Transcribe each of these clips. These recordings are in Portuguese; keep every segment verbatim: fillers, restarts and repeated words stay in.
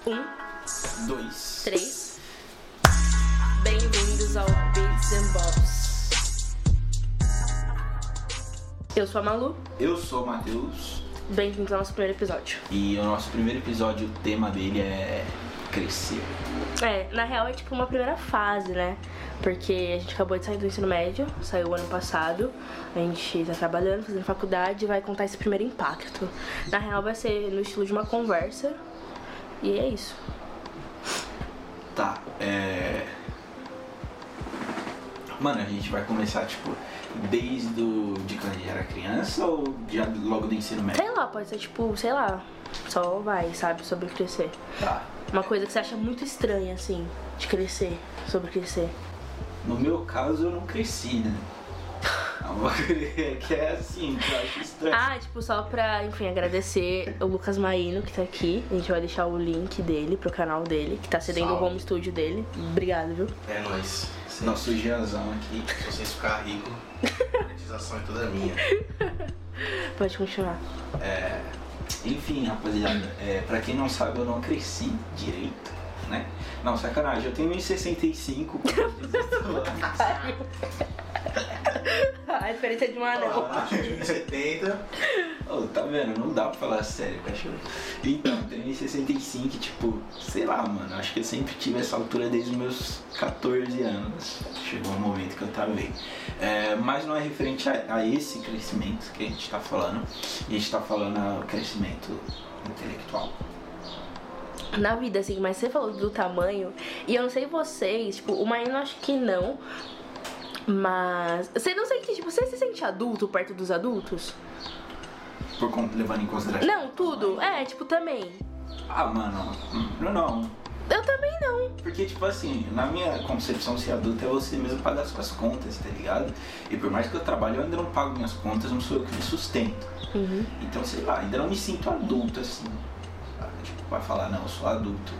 Um, dois, três. Bem-vindos ao Bits and Bobs. Eu sou a Malu. Eu sou o Matheus. Bem-vindos ao nosso primeiro episódio. E o nosso primeiro episódio, o tema dele é crescer. É, na real é tipo uma primeira fase, né? Porque a gente acabou de sair do ensino médio, saiu ano passado. A gente tá trabalhando, fazendo faculdade e vai contar esse primeiro impacto. Na real vai ser no estilo de uma conversa. E é isso. Tá, é... Mano, a gente vai começar, tipo, desde o... de quando a gente era criança ou já logo do ensino médio? Sei lá, pode ser tipo, sei lá, só vai, sabe, sobre crescer. Tá. Uma coisa que você acha muito estranha, assim, de crescer, sobre crescer. No meu caso, eu não cresci, né? É uma coisa que é assim, que eu acho estranho. Ah, tipo, só pra, enfim, agradecer o Lucas Maíno, que tá aqui. A gente vai deixar o link dele pro canal dele, que tá cedendo Salve. o home studio dele. Obrigado, viu? É nóis. Se, Nosso Gianzão aqui. se vocês ficarem ricos, a monetização é toda minha. Pode continuar. É... Enfim, rapaziada, é, pra quem não sabe, eu não cresci direito, né? Não, sacanagem, eu tenho um e sessenta e cinco. A referência de um anão. um e setenta. Oh, tá vendo? Não dá pra falar sério, cachorro. Então, eu tenho um e sessenta e cinco, tipo, sei lá, mano. Acho que eu sempre tive essa altura desde os meus catorze anos. Chegou um momento que eu travei. É, mas não é referente a, a esse crescimento que a gente tá falando. A gente tá falando a crescimento intelectual. Na vida, assim, mas você falou do tamanho. E eu não sei vocês, tipo, o Maíno acho que não. Mas você não sente, tipo, você se sente adulto perto dos adultos? Por con- levando em consideração. Não, tudo. É, tipo, também. Ah, mano, não, não. Eu também não. Porque, tipo assim, na minha concepção, ser adulto é você mesmo pagar suas contas, tá ligado? E por mais que eu trabalhe, eu ainda não pago minhas contas, não sou eu que me sustento. Uhum. Então, sei lá, ainda não me sinto adulto, assim. Sabe? Tipo, vai falar, não, eu sou adulto.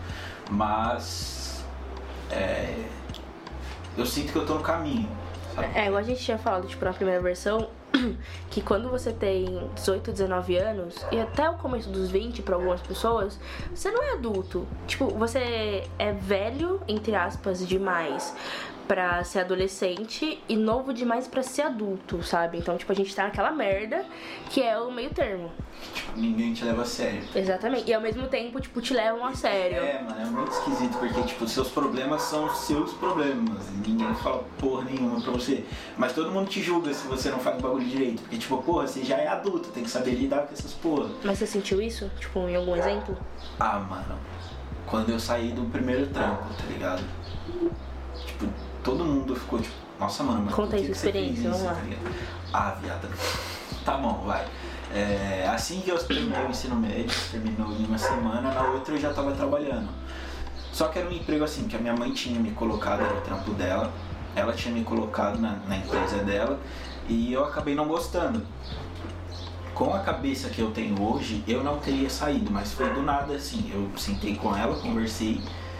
Mas, é... eu sinto que eu tô no caminho, sabe? É, igual a gente tinha falado, tipo, na primeira versão, que quando você tem dezoito, dezenove anos, e até o começo dos vinte pra algumas pessoas, você não é adulto. Tipo, você é velho, entre aspas, demais pra ser adolescente e novo demais pra ser adulto, sabe? Então, tipo, a gente tá naquela merda que é o meio termo. Tipo, ninguém te leva a sério. Exatamente. E ao mesmo tempo, tipo, te levam a sério. É, mano, é muito esquisito, porque, tipo, seus problemas são seus problemas. E ninguém fala porra nenhuma pra você. Mas todo mundo te julga se você não faz o bagulho direito. Porque, tipo, porra, você já é adulto, tem que saber lidar com essas porra. Mas você sentiu isso? Tipo, em algum exemplo? Ah, mano, quando eu saí do primeiro trampo, tá ligado? Tipo, todo mundo ficou tipo, nossa, mano, mas Conta por aí que sua que você fez experiência, isso, vamos lá. tá ligado? Ah, viada. Tá bom, vai. É, assim que eu terminei o ensino médio, terminou em uma semana, na outra eu já tava trabalhando. Só que era um emprego assim, que a minha mãe tinha me colocado, era o trampo dela. Ela tinha me colocado na, na empresa dela e eu acabei não gostando. Com a cabeça que eu tenho hoje, eu não teria saído, mas foi do nada assim. Eu sentei com ela, conversei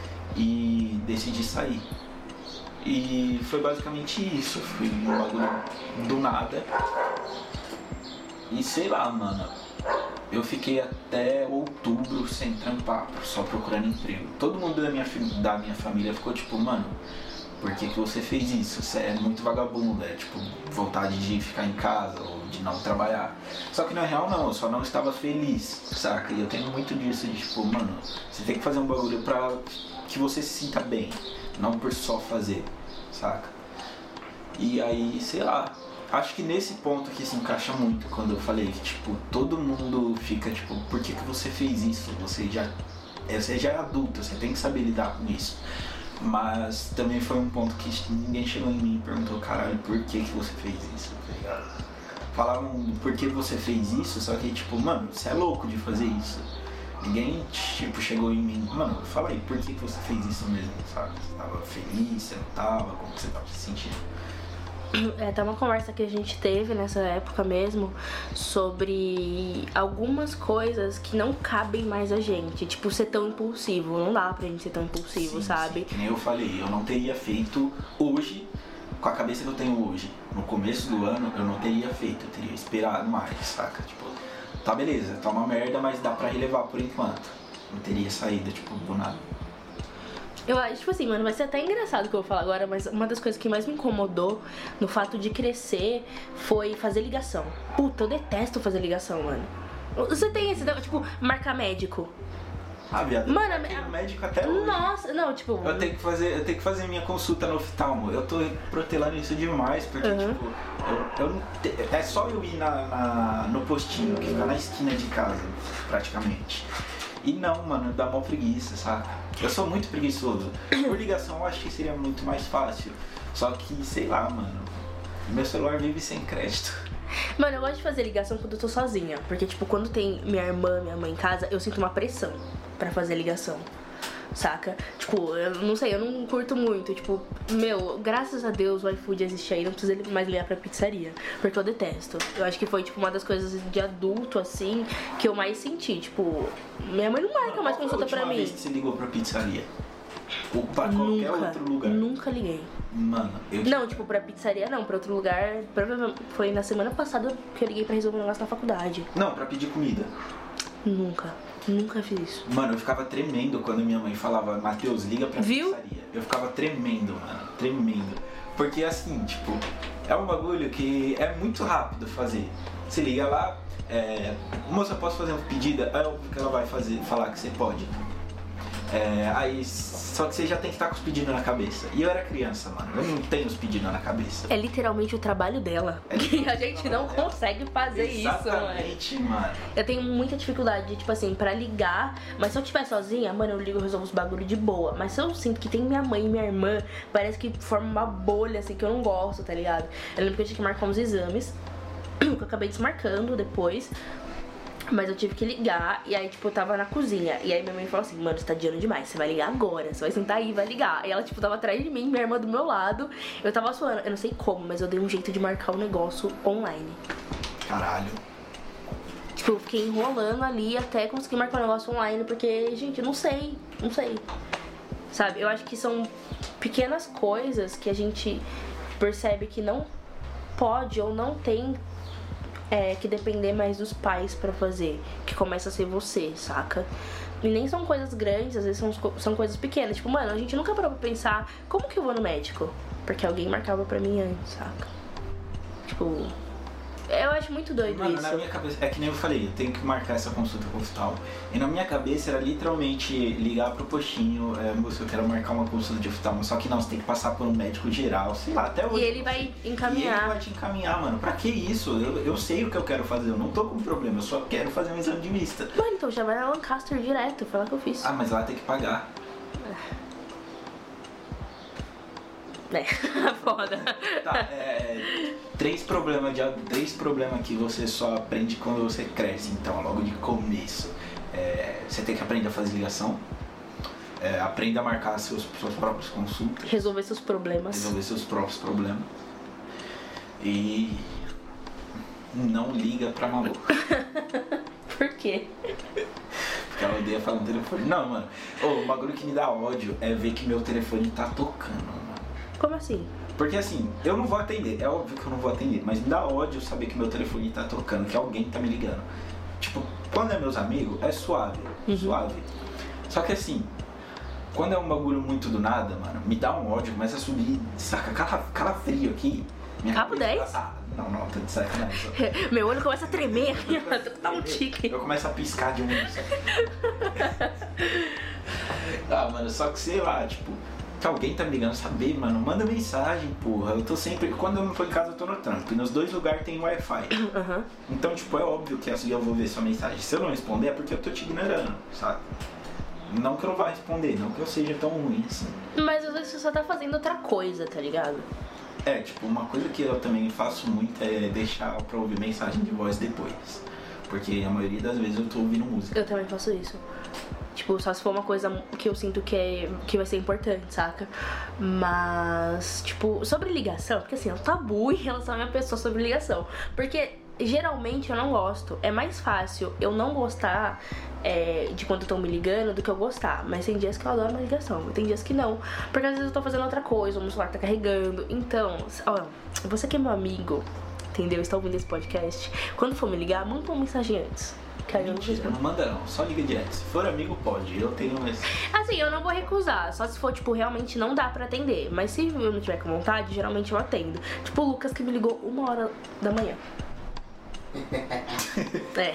e decidi sair. E foi basicamente isso, foi um bagulho do nada. E sei lá, mano, eu fiquei até outubro sem trampar, só procurando emprego. Todo mundo da minha, da minha família ficou tipo, mano, por que que você fez isso? Você é muito vagabundo, é tipo, vontade de ficar em casa ou de não trabalhar. Só que na real não, eu só não estava feliz, saca? E eu tenho muito disso de tipo, mano, você tem que fazer um bagulho pra que você se sinta bem, não por só fazer, saca? E aí, sei lá, acho que nesse ponto aqui se encaixa muito quando eu falei que, tipo, todo mundo fica, tipo, por que que você fez isso? Você já, você já é adulto, você tem que saber lidar com isso. Mas também foi um ponto que ninguém chegou em mim e perguntou, caralho, por que que você fez isso, tá ligado? Falavam do porquê você fez isso, só que, tipo, mano, você é louco de fazer isso. Ninguém, tipo, chegou em mim, mano, fala aí, por que que você fez isso mesmo, sabe? Você tava feliz, você não tava, como que você tava se sentindo? É até uma conversa que a gente teve nessa época mesmo sobre algumas coisas que não cabem mais a gente. Tipo, ser tão impulsivo. Não dá pra gente ser tão impulsivo, Sim, sabe? sim, que nem eu falei, eu não teria feito hoje, com a cabeça que eu tenho hoje. No começo do ano, eu não teria feito, eu teria esperado mais, saca? Tipo, tá beleza, tá uma merda, mas dá pra relevar por enquanto. Não teria saída, tipo, do nada. Eu acho, tipo assim, mano, vai ser até engraçado o que eu vou falar agora, mas uma das coisas que mais me incomodou no fato de crescer foi fazer ligação. Puta, eu detesto fazer ligação, mano. Você tem esse, tipo, marcar médico. Ah, viado, Mano, eu tenho a- médico até hoje. Nossa, não, tipo... Eu tenho que fazer, eu tenho que fazer minha consulta no oftalmo. Eu tô protelando isso demais, porque, Uhum. tipo, eu, eu não te- é só eu ir na, na- no postinho, que fica na esquina de casa, praticamente. E não, mano, dá mó preguiça, saca? Eu sou muito preguiçoso. Por ligação eu acho que seria muito mais fácil. Só que, sei lá, mano, meu celular vive sem crédito. Mano, eu gosto de fazer ligação quando eu tô sozinha. Porque, tipo, quando tem minha irmã, minha mãe em casa, eu sinto uma pressão pra fazer ligação. Saca? Tipo, eu não sei, eu não curto muito. Tipo, meu, graças a Deus o iFood existe aí, não precisa mais ligar pra pizzaria. Porque eu detesto. Eu acho que foi, tipo, uma das coisas de adulto, assim, que eu mais senti. Tipo, minha mãe não marca mais Qual foi a consulta pra última mim. vez que você ligou pra pizzaria? Ou pra qualquer Nunca, outro lugar? nunca liguei. Mano, eu... Não, tipo, pra pizzaria não, pra outro lugar. Provavelmente foi na semana passada que eu liguei pra resolver um negócio na faculdade. Não, pra pedir comida. Nunca, nunca fiz isso. Mano, eu ficava tremendo quando minha mãe falava, Matheus, liga pra Viu? pizzaria. Eu ficava tremendo, mano, tremendo. Porque assim, tipo, é um bagulho que é muito rápido fazer. Você liga lá, é, moça, posso fazer um pedido? É óbvio que ela vai fazer, falar que você pode. É, aí, só que você já tem que estar com os pedidos na cabeça. E eu era criança, mano, eu não tenho os pedidos na cabeça. É literalmente o trabalho dela. É Que a literalmente gente o não trabalho dela. consegue fazer isso, mano. Exatamente, mano. Eu tenho muita dificuldade, tipo assim, pra ligar. Mas se eu estiver sozinha, mano, eu ligo e resolvo os bagulho de boa. Mas se eu sinto que tem minha mãe e minha irmã, parece que forma uma bolha, assim, que eu não gosto, tá ligado? Eu lembro que eu tinha que marcar uns exames, que eu acabei desmarcando depois. Mas eu tive que ligar, e aí, tipo, eu tava na cozinha. E aí minha mãe falou assim, mano, você tá adiando demais, você vai ligar agora. Você vai sentar aí e vai ligar. E ela, tipo, tava atrás de mim, minha irmã do meu lado. Eu tava suando, eu não sei como, mas eu dei um jeito de marcar o negócio online. Caralho. Tipo, eu fiquei enrolando ali até conseguir marcar o negócio online, porque, gente, eu não sei, não sei. Sabe, eu acho que são pequenas coisas que a gente percebe que não pode ou não tem é, que depender mais dos pais pra fazer, que começa a ser você, saca? E nem são coisas grandes, às vezes são, são coisas pequenas. Tipo, mano, a gente nunca parou pra pensar, como que eu vou no médico? Porque alguém marcava pra mim antes, saca? Tipo, eu acho muito doido Mano, isso. na minha cabeça, é que nem eu falei, eu tenho que marcar essa consulta com o oftalmo. E na minha cabeça era literalmente ligar pro postinho, é, moço, eu quero marcar uma consulta de oftalmo, só que não, você tem que passar por um médico geral, sei lá, até hoje. E ele vai E ele encaminhar. vai te encaminhar, mano. Pra que isso? Eu, eu sei o que eu quero fazer, eu não tô com problema, eu só quero fazer um exame de vista. Mano, então já vai na Lancaster direto, foi lá que eu fiz. Ah, mas lá tem que pagar. É, foda. Tá, é. Três problemas de, três problemas que você só aprende quando você cresce, então, logo de começo. É, você tem que aprender a fazer ligação. É, aprenda a marcar seus, suas próprias consultas. Resolver seus problemas. Resolver seus próprios problemas. E não liga pra maluco. Por quê? Porque ela odeia falar no telefone. Não, mano. Ô, o bagulho que me dá ódio é ver que meu telefone tá tocando, mano. Como assim? Porque assim, eu não vou atender, é óbvio que eu não vou atender, mas me dá ódio saber que meu telefone tá tocando, que alguém tá me ligando. Tipo, quando é meus amigos, é suave, Uhum. suave. Só que assim, quando é um bagulho muito do nada, mano, me dá um ódio, começa a subir, saca, cala, cala frio aqui. Minha Cabo cabeça- dez? Ah, não, não, tô de sacanagem. Meu olho começa a tremer, tá um tique. Eu começo a piscar de um. Ah, mano, só que sei lá, tipo, que alguém tá me ligando, saber, mano, manda mensagem, porra. Eu tô sempre. Quando eu não tô em casa, eu tô no trampo. E nos dois lugares tem Wi-Fi. Uhum. Então, tipo, é óbvio que assim, eu vou ver sua mensagem. Se eu não responder, é porque eu tô te ignorando, sabe? Não que eu não vá responder, não que eu seja tão ruim assim. Mas às vezes você só tá fazendo outra coisa, tá ligado? É, tipo, uma coisa que eu também faço muito é deixar pra ouvir mensagem de voz depois. Porque a maioria das vezes eu tô ouvindo música. Eu também faço isso. Tipo, só se for uma coisa que eu sinto que, é, que vai ser importante, saca? Mas, tipo, sobre ligação, porque assim, é um tabu em relação à minha pessoa sobre ligação. Porque geralmente eu não gosto. É mais fácil eu não gostar é, de quando estão me ligando do que eu gostar. Mas tem dias que eu adoro uma ligação, tem dias que não. Porque às vezes eu tô fazendo outra coisa, o meu celular tá carregando. Então, ó, você que é meu amigo, entendeu? Está ouvindo esse podcast, quando for me ligar, manda uma mensagem antes. Que aí eu não Mentira, resolvo. não manda não, só liga direto. Se for amigo, pode. Eu tenho esse. Assim, eu não vou recusar, só se for, tipo, realmente não dá pra atender. Mas se eu não tiver com vontade, geralmente eu atendo. Tipo o Lucas que me ligou uma hora da manhã. É.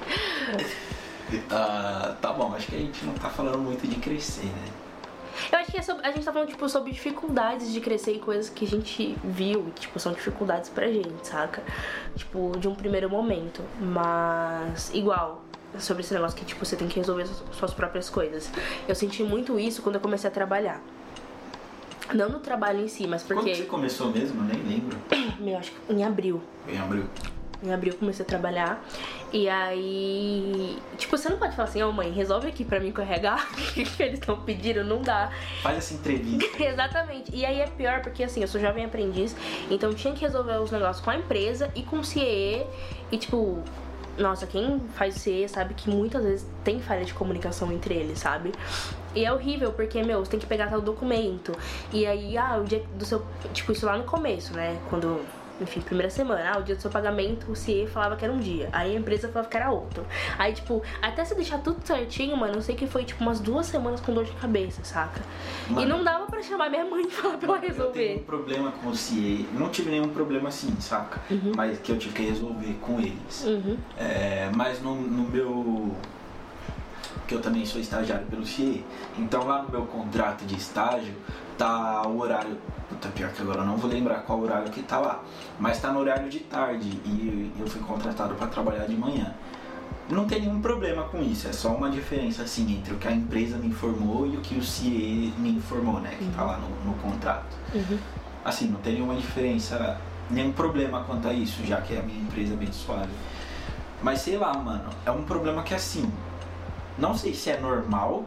Ah, tá bom, acho que a gente não tá falando muito de crescer, né? Eu acho que é sobre, a gente tá falando, tipo, sobre dificuldades de crescer e coisas que a gente viu, e, tipo, são dificuldades pra gente, saca? Tipo, de um primeiro momento. Mas, igual, sobre esse negócio que, tipo, você tem que resolver suas próprias coisas. Eu senti muito isso quando eu comecei a trabalhar. Não no trabalho em si, mas porque... Quando você começou mesmo? Eu nem lembro. Meu, acho que em abril. Em abril. Em abril eu comecei a trabalhar. E aí... Tipo, você não pode falar assim, ô oh, mãe, resolve aqui pra mim com o R H. O que eles estão pedindo? Não dá. Faz essa entrevista. Exatamente. E aí é pior porque, assim, eu sou jovem aprendiz. Então tinha que resolver os negócios com a empresa e com o C E E. E, tipo... Nossa, quem faz C E sabe que muitas vezes tem falha de comunicação entre eles, sabe? E é horrível, porque, meu, você tem que pegar tal documento. E aí, ah, o dia do seu... Tipo, isso lá no começo, né? Quando... Enfim, primeira semana, ah, o dia do seu pagamento, o C E falava que era um dia. Aí a empresa falava que era outro. Aí, tipo, até se deixar tudo certinho, mano, eu sei que foi, tipo, umas duas semanas com dor de cabeça, saca? Mano, e não dava pra chamar minha mãe e falar pra ela eu tenho resolver. um problema com o C E. Não tive nenhum problema assim, saca? Uhum. Mas que eu tive que resolver com eles. Uhum. É, mas no, no meu... Que eu também sou estagiário pelo C E. Então lá no meu contrato de estágio tá o horário... Puta, pior que agora eu não vou lembrar qual horário que tá lá. Mas tá no horário de tarde e eu fui contratado para trabalhar de manhã. Não tem nenhum problema com isso, é só uma diferença assim entre o que a empresa me informou e o que o C E me informou, né? Que tá lá no, no contrato. Uhum. Assim, não tem nenhuma diferença, nenhum problema quanto a isso, já que a minha empresa é bem suave. Mas sei lá, mano, é um problema que assim, não sei se é normal,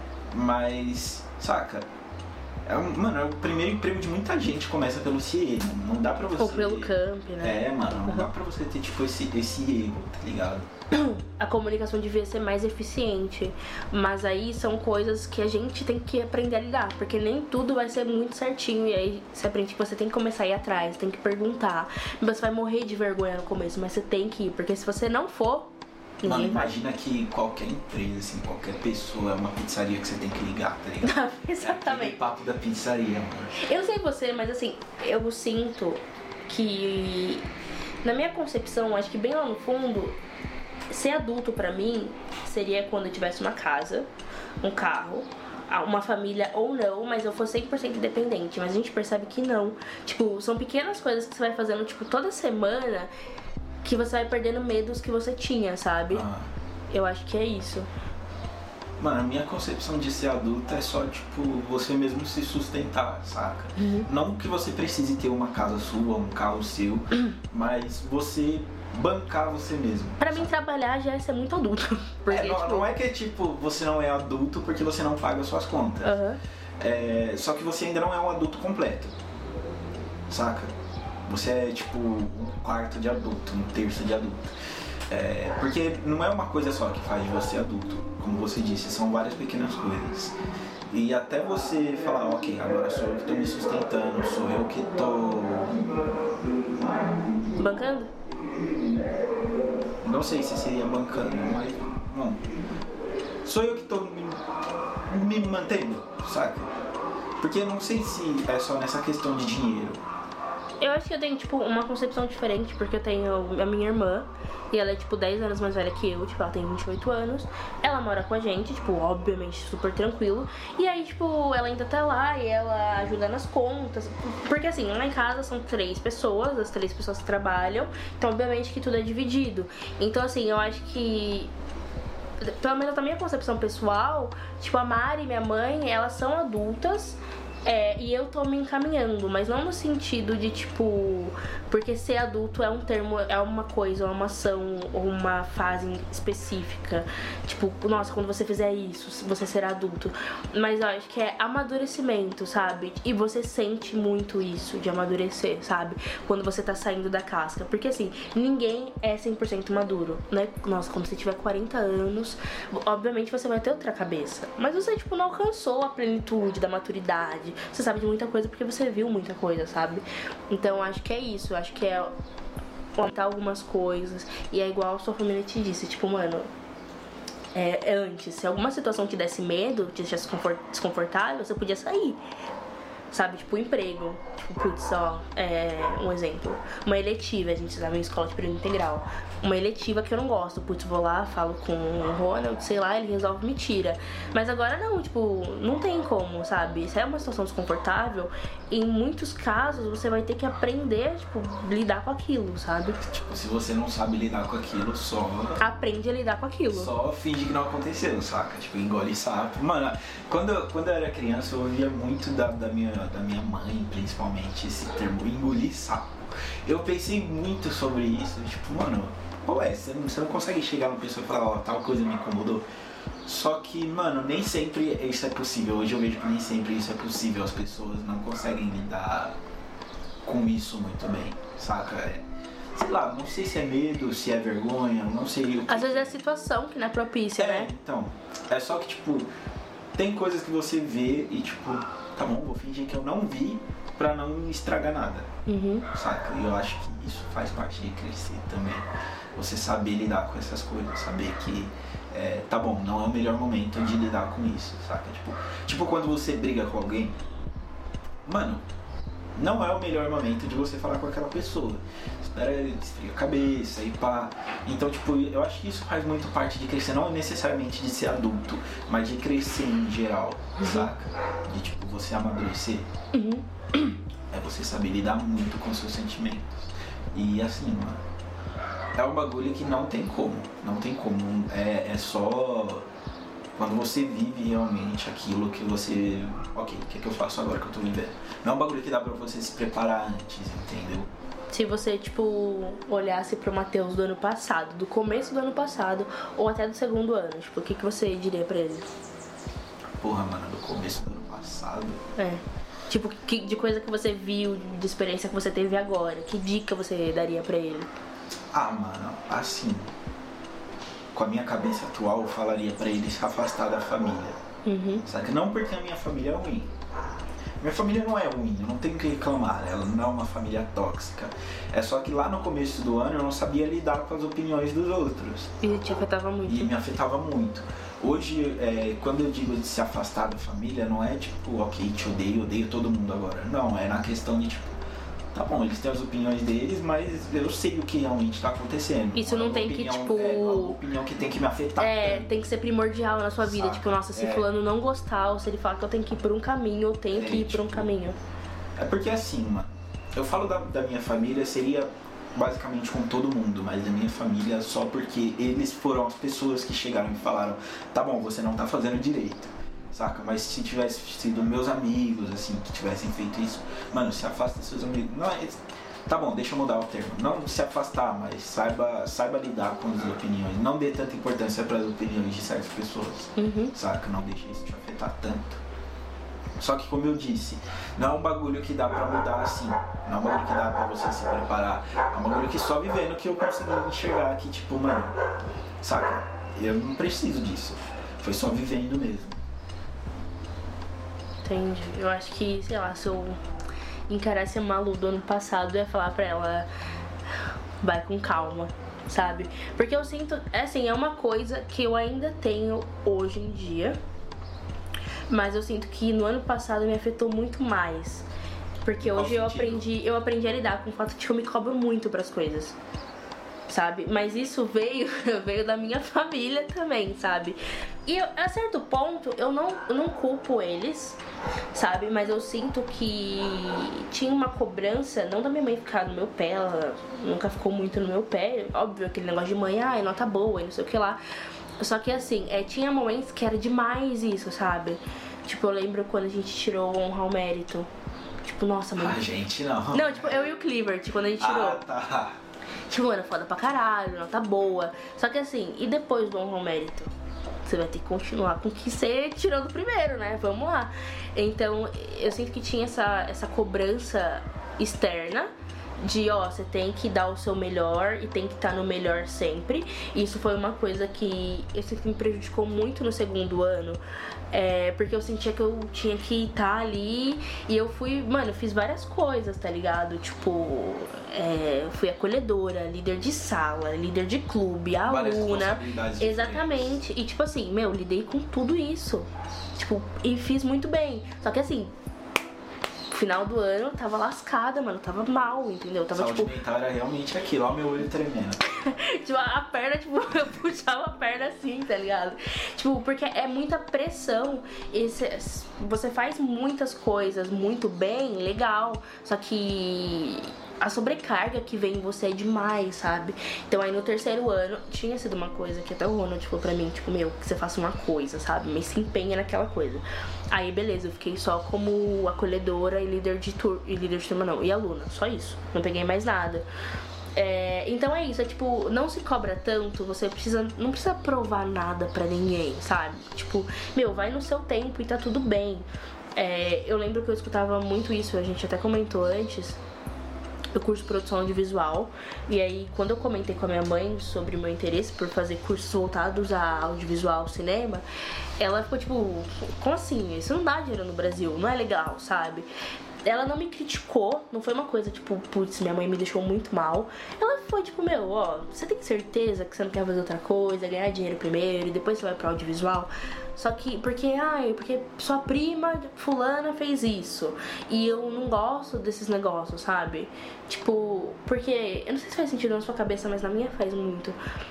mas, saca? É um, mano, é o primeiro emprego de muita gente, começa pelo C E, não, não dá pra você... Ou pelo camp, né? É, mano, não Uhum. dá pra você ter, tipo, esse, esse erro, tá ligado? A comunicação devia ser mais eficiente, mas aí são coisas que a gente tem que aprender a lidar, porque nem tudo vai ser muito certinho, e aí você aprende que você tem que começar a ir atrás, tem que perguntar. Você vai morrer de vergonha no começo, mas você tem que ir, porque se você não for, Mano, ninguém vai. imagina que qualquer empresa, assim, qualquer pessoa é uma pizzaria que você tem que ligar, tá ligado? É aquele Exatamente. papo da pizzaria, mano. Eu sei você, mas assim, eu sinto que, na minha concepção, acho que bem lá no fundo, ser adulto pra mim seria quando eu tivesse uma casa, um carro, uma família ou não, mas eu fosse cem por cento independente. Mas a gente percebe que não. Tipo, são pequenas coisas que você vai fazendo, tipo, toda semana, que você vai perdendo medos que você tinha, sabe? Ah. Eu acho que é isso. Mano, a minha concepção de ser adulto é só, tipo, você mesmo se sustentar, saca? Uhum. Não que você precise ter uma casa sua, um carro seu, Uhum. mas você bancar você mesmo. Pra mim, sabe? trabalhar já é ser muito adulto. Porque, É, não, tipo... não é que, tipo, você não é adulto porque você não paga suas contas. Aham. É, só que você ainda não é um adulto completo, saca? Você é tipo um quarto de adulto, um terço de adulto. É, porque não é uma coisa só que faz de você adulto, como você disse, são várias pequenas coisas. E até você falar, ok, agora sou eu que tô me sustentando, sou eu que tô... Bancando? Não sei se seria bancando, mas... Bom, sou eu que tô me, me mantendo, saca? Porque eu não sei se é só nessa questão de dinheiro. Eu acho que eu tenho, tipo, uma concepção diferente, porque eu tenho a minha irmã, e ela é, tipo, dez anos mais velha que eu, tipo, ela tem vinte e oito anos. Ela mora com a gente, tipo, obviamente, super tranquilo. E aí, tipo, ela ainda tá lá e ela ajuda nas contas. Porque, assim, lá em casa são três pessoas, as três pessoas trabalham, então, obviamente, que tudo é dividido. Então, assim, eu acho que... Pelo menos na minha concepção pessoal, tipo, a Mari e minha mãe, elas são adultas, é, e eu tô me encaminhando, mas não no sentido de, tipo... Porque ser adulto é um termo, é uma coisa, é uma ação ou uma fase específica. Tipo, nossa, quando você fizer isso, você será adulto. Mas eu acho que é amadurecimento, sabe? E você sente muito isso de amadurecer, sabe? Quando você tá saindo da casca. Porque, assim, ninguém é cem por cento maduro, né? Nossa, quando você tiver quarenta anos, obviamente você vai ter outra cabeça. Mas você, tipo, não alcançou a plenitude da maturidade. Você sabe de muita coisa porque você viu muita coisa, sabe? Então, acho que é isso. Acho que é aumentar algumas coisas. E é igual a sua família te disse, tipo, mano, é, é antes, se alguma situação te desse medo, te deixasse desconfortável, você podia sair. Sabe, tipo, emprego. Tipo, putz, ó, é, um exemplo. Uma eletiva, a gente estava em escola de período integral. Uma eletiva que eu não gosto. Putz, vou lá, falo com o Ronald, sei lá, ele resolve me tira. Mas agora não, tipo, não tem como, sabe? Se é uma situação desconfortável, em muitos casos você vai ter que aprender, tipo, lidar com aquilo, sabe? Tipo, se você não sabe lidar com aquilo, só... Aprende a lidar com aquilo. Só finge que não aconteceu, saca? Tipo, engole sapo. Mano, quando eu, quando eu era criança, eu ouvia muito da, da, minha, da minha mãe, principalmente, esse termo, engolir sapo. Eu pensei muito sobre isso, tipo, mano, qual é? Você não, você não consegue chegar numa pessoa e falar, ó, tal coisa me incomodou. Só que, mano, nem sempre isso é possível. Hoje eu vejo que nem sempre isso é possível. As pessoas não conseguem lidar com isso muito bem, saca? É, sei lá, não sei se é medo, se é vergonha, não sei o que... Às vezes é a situação que não é propícia, é, né? Então, é só que, tipo, tem coisas que você vê e, tipo, tá bom, vou fingir que eu não vi pra não estragar nada, Uhum. saca? E eu acho que isso faz parte de crescer também. Você saber lidar com essas coisas, saber que, é, tá bom, não é o melhor momento de lidar com isso, saca? Tipo, tipo quando você briga com alguém, mano, não é o melhor momento de você falar com aquela pessoa. Espera, esfria a cabeça e pá. Então, tipo, eu acho que isso faz muito parte de crescer, não necessariamente de ser adulto, mas de crescer em geral, Uhum. saca? De, tipo, você amadurecer. Uhum. É você saber lidar muito com seus sentimentos. E assim, mano, é um bagulho que não tem como. Não tem como. É, é só quando você vive realmente aquilo que você... Ok, o que, é que eu faço agora que eu tô vivendo? Não é um bagulho que dá pra você se preparar antes, entendeu? Se você, tipo, olhasse pro Matheus do ano passado, do começo do ano passado, ou até do segundo ano, tipo, o que, que você diria pra ele? Porra, mano, do começo do ano passado... É. Tipo, que, de coisa que você viu, de experiência que você teve agora, que dica você daria pra ele? Ah, mano, assim... Com a minha cabeça atual, eu falaria pra ele se afastar da família. Uhum. Sabe? Não porque a minha família é ruim. Minha família não é ruim, eu não tenho que reclamar, ela não é uma família tóxica. É só que lá no começo do ano eu não sabia lidar com as opiniões dos outros. E te afetava muito. E me afetava muito. Hoje, é, quando eu digo de se afastar da família, não é tipo, ok, te odeio, odeio todo mundo agora. Não, é na questão de tipo, tá bom, eles têm as opiniões deles, mas eu sei o que realmente tá acontecendo. Isso não Uma tem opinião, que, tipo... É uma opinião que tem que me afetar. É, tanto. tem que ser primordial na sua vida. Saca? Tipo, nossa, se É. fulano não gostar, ou se ele falar que eu tenho que ir por um caminho, eu tenho É, que ir por um tipo, caminho. É porque assim, mano, eu falo da, da minha família, seria basicamente com todo mundo, mas da minha família só porque eles foram as pessoas que chegaram e falaram, tá bom, você não tá fazendo direito, saca? Mas se tivesse sido meus amigos, assim, que tivessem feito isso, mano, se afasta dos seus amigos. Não, é, tá bom, deixa eu mudar o termo. Não se afastar, mas saiba, saiba lidar com as opiniões. Não dê tanta importância para as opiniões de certas pessoas, Uhum. saca? Não deixe isso te afetar tanto. Só que, como eu disse, não é um bagulho que dá pra mudar assim. Não é um bagulho que dá pra você se preparar. É um bagulho que só vivendo que eu consegui enxergar que, tipo, mano, saca? Eu não preciso disso. Foi só vivendo mesmo. Entendi. Eu acho que, sei lá, se eu encarasse a Malu do ano passado, eu ia falar pra ela, vai com calma, sabe? Porque eu sinto, é assim, é uma coisa que eu ainda tenho hoje em dia, mas eu sinto que no ano passado me afetou muito mais. Porque Qual hoje eu sentido? aprendi, eu aprendi a lidar com o fato de que eu me cobro muito pras coisas. Sabe? Mas isso veio, veio da minha família também, sabe? E eu, a certo ponto eu não, eu não culpo eles, sabe? Mas eu sinto que tinha uma cobrança, não da minha mãe ficar no meu pé, ela nunca ficou muito no meu pé. Óbvio, aquele negócio de mãe, ai, nota boa e não sei o que lá. Só que assim, é, tinha momentos que era demais isso, sabe? Tipo, eu lembro quando a gente tirou o honra ao mérito. Tipo, nossa, mãe. A gente não. Não, tipo, eu e o Cleaver, quando a gente tirou. Ah, tá. Tipo, mano, foda pra caralho, nota boa. Só que assim, e depois do honra ao mérito? Você vai ter que continuar com o que você tirou do primeiro, né? Vamos lá. Então, eu sinto que tinha essa, essa cobrança externa, de, ó, você tem que dar o seu melhor e tem que estar no melhor sempre. Isso foi uma coisa que eu sei que me prejudicou muito no segundo ano, é, porque eu sentia que eu tinha que estar ali e eu fui, mano, eu fiz várias coisas, tá ligado? Tipo, é, eu fui acolhedora, líder de sala, líder de clube, Várias aluna. responsabilidades Exatamente. E tipo assim, meu, lidei com tudo isso. Tipo, e fiz muito bem. Só que assim, final do ano eu tava lascada, mano, tava mal, entendeu? Eu tava Saúde tipo. mental era realmente aquilo, ó, meu olho tremendo. Tipo, a perna, tipo, eu puxava a perna assim, tá ligado? Tipo, porque é muita pressão. E cê, você faz muitas coisas muito bem, legal. Só que a sobrecarga que vem em você é demais, sabe? Então aí no terceiro ano tinha sido uma coisa que até o Ronald falou pra mim, tipo, meu, que você faça uma coisa, sabe? Mas se empenha naquela coisa. Aí beleza, eu fiquei só como acolhedora e líder de turma, e líder de turma não, e aluna, só isso. Não peguei mais nada. É, então é isso, é tipo, não se cobra tanto, você precisa, não precisa provar nada pra ninguém, sabe? Tipo, meu, vai no seu tempo e tá tudo bem. É, eu lembro que eu escutava muito isso, a gente até comentou antes, eu curso produção audiovisual, e aí quando eu comentei com a minha mãe sobre o meu interesse por fazer cursos voltados a audiovisual, cinema, ela ficou tipo, como assim? Isso não dá dinheiro no Brasil, não é legal, sabe? Ela não me criticou, não foi uma coisa tipo, putz, minha mãe me deixou muito mal. Ela foi tipo, meu, ó, você tem certeza que você não quer fazer outra coisa, ganhar dinheiro primeiro e depois você vai pro audiovisual? Só que, porque, ai, porque sua prima fulana fez isso e eu não gosto desses negócios, sabe? Tipo, porque, eu não sei se faz sentido na sua cabeça, mas na minha faz muito.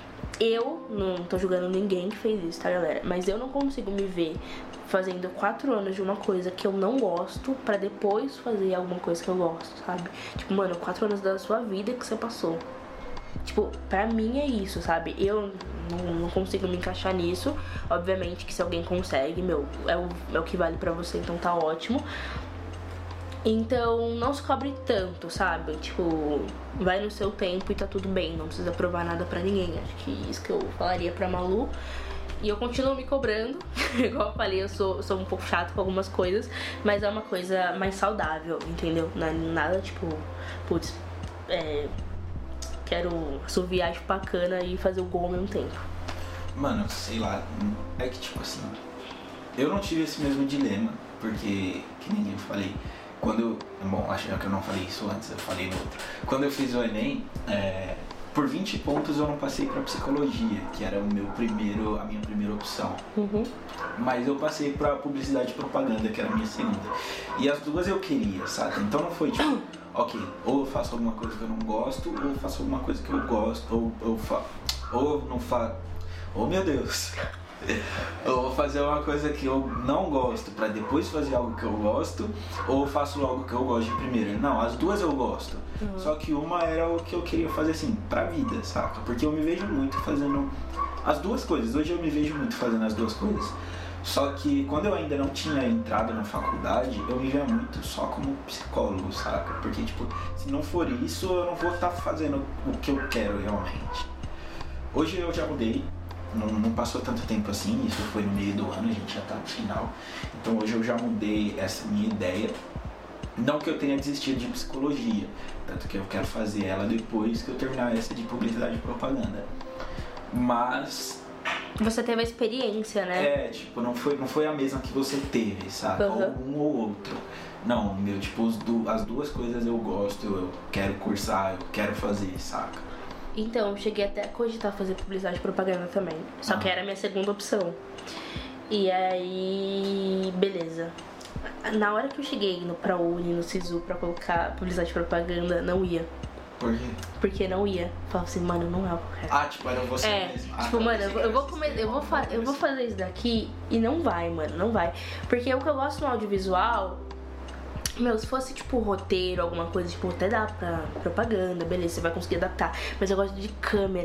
Eu não tô julgando ninguém que fez isso, tá, galera? Mas eu não consigo me ver fazendo quatro anos de uma coisa que eu não gosto pra depois fazer alguma coisa que eu gosto, sabe? Tipo, mano, quatro anos da sua vida que você passou. Tipo, pra mim é isso, sabe? Eu não, não consigo me encaixar nisso. Obviamente que se alguém consegue, meu, é o, é o que vale pra você, então tá ótimo. Então, não se cobre tanto, sabe? Tipo, vai no seu tempo e tá tudo bem. Não precisa provar nada pra ninguém. Acho que isso que eu falaria pra Malu. E eu continuo me cobrando. Igual eu falei, eu sou, sou um pouco chato com algumas coisas. Mas é uma coisa mais saudável, entendeu? Não é nada tipo, putz, é, quero assoviar bacana e fazer o gol ao mesmo tempo. Mano, sei lá, é que tipo assim, eu não tive esse mesmo dilema, porque, que nem eu falei, quando eu, bom, acho que eu não falei isso antes, eu falei no outro. Quando eu fiz o Enem, é, por vinte pontos eu não passei pra psicologia, que era o meu primeiro, a minha primeira opção. Uhum. Mas eu passei pra publicidade e propaganda, que era a minha segunda. E as duas eu queria, sabe? Então não foi tipo, ok, ou eu faço alguma coisa que eu não gosto, ou eu faço alguma coisa que eu gosto, ou eu fa... ou não faço. Oh meu Deus! Eu vou fazer uma coisa que eu não gosto pra depois fazer algo que eu gosto, ou eu faço algo que eu gosto de primeiro. Não, as duas eu gosto. Uhum. Só que uma era o que eu queria fazer assim, pra vida, saca? Porque eu me vejo muito fazendo as duas coisas. Hoje eu me vejo muito fazendo as duas coisas. Só que quando eu ainda não tinha entrado na faculdade, eu me via muito só como psicólogo, saca? Porque, tipo, se não for isso, eu não vou estar fazendo o que eu quero realmente. Hoje eu já mudei. Não, não passou tanto tempo assim, isso foi no meio do ano, a gente já tá no final. Então hoje eu já mudei essa minha ideia. Não que eu tenha desistido de psicologia, tanto que eu quero fazer ela depois que eu terminar essa de publicidade e propaganda. Mas... Você teve a experiência, né? É, tipo, não foi, não foi a mesma que você teve, sabe? Uhum. Ou um ou outro. Não, meu, tipo, as, du- as duas coisas eu gosto, eu quero cursar, eu quero fazer, saca? Então, eu cheguei até a cogitar fazer publicidade e propaganda também. Só Ah. que era a minha segunda opção. E aí, beleza. Na hora que eu cheguei no ProUni, no SISU, pra colocar publicidade e propaganda, não ia. Por quê? Porque não ia. Falava assim, mano, não é o que eu quero. Ah, tipo, era você É, mesmo. Ah, tipo, tá, mano, você eu, vou- quer eu vou esse comer, eu sistema, vou, fa- eu vou fazer isso daqui e não vai, mano, não vai. Porque o que eu gosto no audiovisual, meu, se fosse tipo roteiro, alguma coisa, tipo, até dá pra propaganda, beleza, você vai conseguir adaptar. Mas eu gosto de câmera.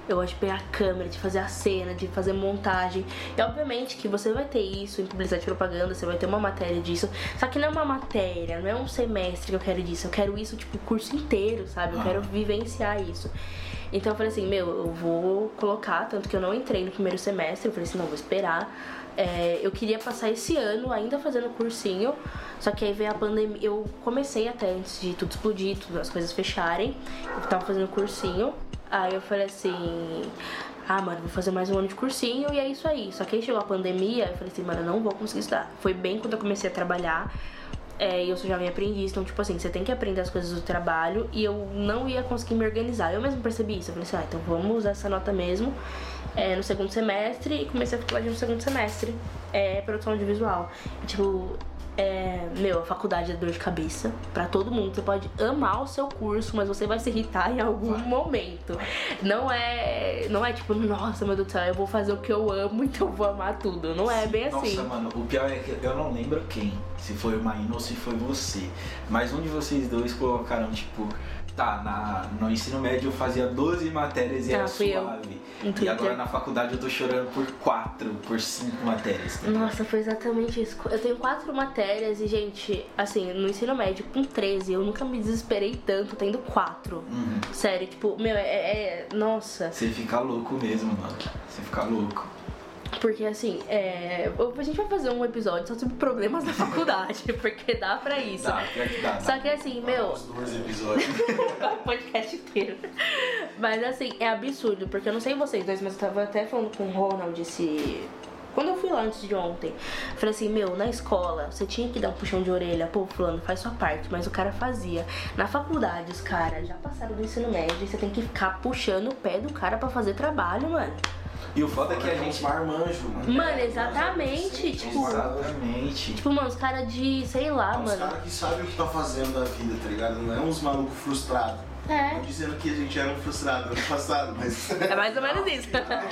Eu gosto de pegar a câmera, de fazer a cena, de fazer montagem. E obviamente que você vai ter isso em publicidade e propaganda, você vai ter uma matéria disso. Só que não é uma matéria, não é um semestre que eu quero disso. Eu quero isso, tipo, o curso inteiro, sabe? Eu quero vivenciar isso. Então eu falei assim, meu, eu vou colocar, tanto que eu não entrei no primeiro semestre. Eu falei assim, não, vou esperar. É, eu queria passar esse ano ainda fazendo cursinho, só que aí veio a pandemia. Eu comecei até antes de tudo explodir, tudo, as coisas fecharem. Eu tava fazendo cursinho. Aí eu falei assim, ah, mano, vou fazer mais um ano de cursinho e é isso aí. Só que aí chegou a pandemia, eu falei assim, mano, eu não vou conseguir estudar. Foi bem quando eu comecei a trabalhar. É, eu sou jovem aprendiz, então tipo assim, você tem que aprender as coisas do trabalho. E eu não ia conseguir me organizar. Eu mesmo percebi isso, eu falei assim, ah, então vamos usar essa nota mesmo. É, no segundo semestre, e comecei a faculdade no segundo semestre, é, produção audiovisual. E, tipo, é, meu, a faculdade é dor de cabeça pra todo mundo. Você pode amar o seu curso, mas você vai se irritar em algum vai. momento. Não é, não é tipo, nossa, meu Deus do céu, eu vou fazer o que eu amo, então eu vou amar tudo. Não é bem nossa, assim. Nossa, mano, o pior é que eu não lembro quem, se foi o Maíno ou se foi você, mas um de vocês dois colocaram, tipo, tá, na, no ensino médio eu fazia doze matérias e ah, era fui suave. Eu. E agora na faculdade eu tô chorando por quatro, por cinco matérias. Tá? Nossa, foi exatamente isso. Eu tenho quatro matérias e, gente, assim, no ensino médio, com treze, eu nunca me desesperei tanto tendo quatro. Uhum. Sério, tipo, meu, é, é... Nossa. Você fica louco mesmo, mano. Você fica louco. Porque assim, é... a gente vai fazer um episódio só sobre problemas da faculdade, porque dá pra isso. Dá, pior que dá. Só dá. que assim, meu... Os dois episódios. o podcast inteiro. Mas assim, é absurdo, porque eu não sei vocês dois, mas eu tava até falando com o Ronald esse... Quando eu fui lá antes de ontem, eu falei assim, meu, na escola, você tinha que dar um puxão de orelha, pô, fulano, faz sua parte, mas o cara fazia. Na faculdade, os caras já passaram do ensino médio e você tem que ficar puxando o pé do cara pra fazer trabalho, mano. E o foda é que a gente... marmanjo, mano. Mano, exatamente, tipo... Exatamente. Tipo, mano, os caras de, sei lá, É mano. uns caras que sabem o que tá fazendo da vida, tá ligado? Não é uns malucos frustrados. É. Não dizendo que a gente era um frustrado ano passado, mas... É mais ou menos isso.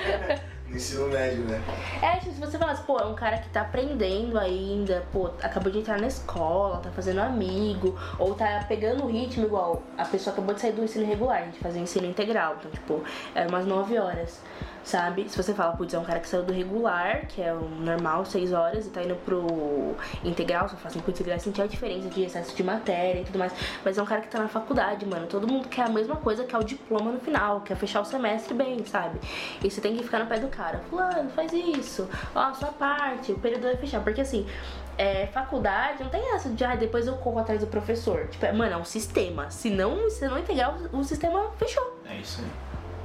No ensino médio, né? É, tipo, se você falasse, pô, é um cara que tá aprendendo ainda, pô, acabou de entrar na escola, tá fazendo amigo, ou tá pegando o ritmo igual a pessoa acabou de sair do ensino regular, a gente fazia ensino integral, então, tipo, é umas nove horas, sabe? Se você fala, putz, é um cara que saiu do regular, que é o normal, seis horas, e tá indo pro integral, você fala assim, putz, ele vai sentir a diferença de excesso de matéria e tudo mais, mas é um cara que tá na faculdade, mano, todo mundo quer a mesma coisa, que é o diploma no final, quer fechar o semestre bem, sabe? E você tem que ficar no pé do cara, fulano, faz isso, ó, a sua parte, o período vai fechar, porque assim, é, faculdade não tem essa de, ah, depois eu corro atrás do professor, tipo, é, mano, é um sistema, se não, se não integrar, o, o sistema fechou. É isso aí.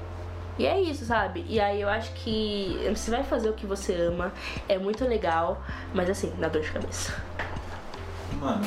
E é isso, sabe? E aí eu acho que você vai fazer o que você ama, é muito legal, mas assim, dá dor de cabeça. Mano,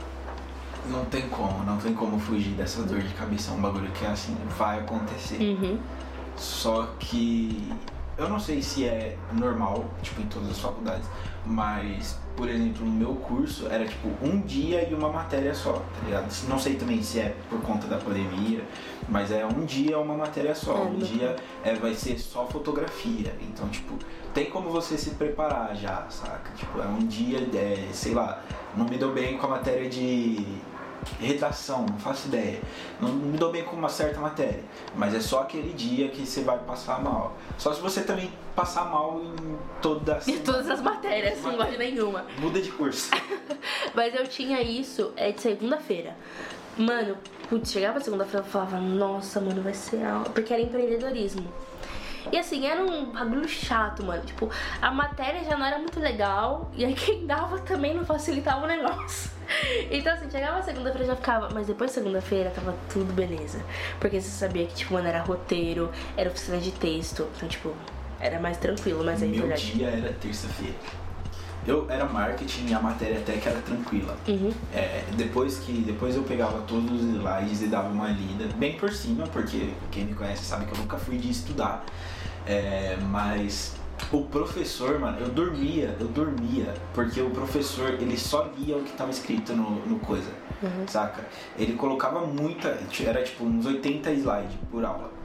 não tem como, não tem como fugir dessa dor de cabeça, é um bagulho que assim, vai acontecer. Uhum. Só que eu não sei se é normal, tipo, em todas as faculdades, mas, por exemplo, no meu curso era tipo um dia e uma matéria só, tá ligado? Não sei também se é por conta da pandemia, mas é um dia uma matéria só. Um dia é, vai ser só fotografia. Então, tipo, tem como você se preparar já, saca? Tipo, é um dia, é, sei lá, não me dou bem com a matéria de redação, não faço ideia. Não me dou bem com uma certa matéria, mas é só aquele dia que você vai passar mal. Só se você também passar mal em todas Em todas as matérias, não gosto de nenhuma. Muda de curso. Mas eu tinha isso é de segunda-feira. Mano, putz, chegava segunda-feira e falava, nossa, mano, vai ser aula. Porque era empreendedorismo. E assim, era um bagulho chato, mano. Tipo, a matéria já não era muito legal. E aí quem dava também não facilitava o negócio. Então assim, chegava segunda-feira já ficava. Mas depois de segunda-feira tava tudo beleza. Porque você sabia que, tipo, mano, era roteiro, era oficina de texto. Então, tipo, era mais tranquilo, mas aí Meu verdade. dia era terça-feira. Eu era marketing e a matéria até que era tranquila. Uhum. É, depois que depois eu pegava todos os slides e dava uma lida bem por cima, porque quem me conhece sabe que eu nunca fui de estudar. É, mas o professor, mano, eu dormia, eu dormia, porque o professor, ele só lia o que tava escrito no, no coisa, Uhum. saca? Ele colocava muita, era tipo uns oitenta slides por aula.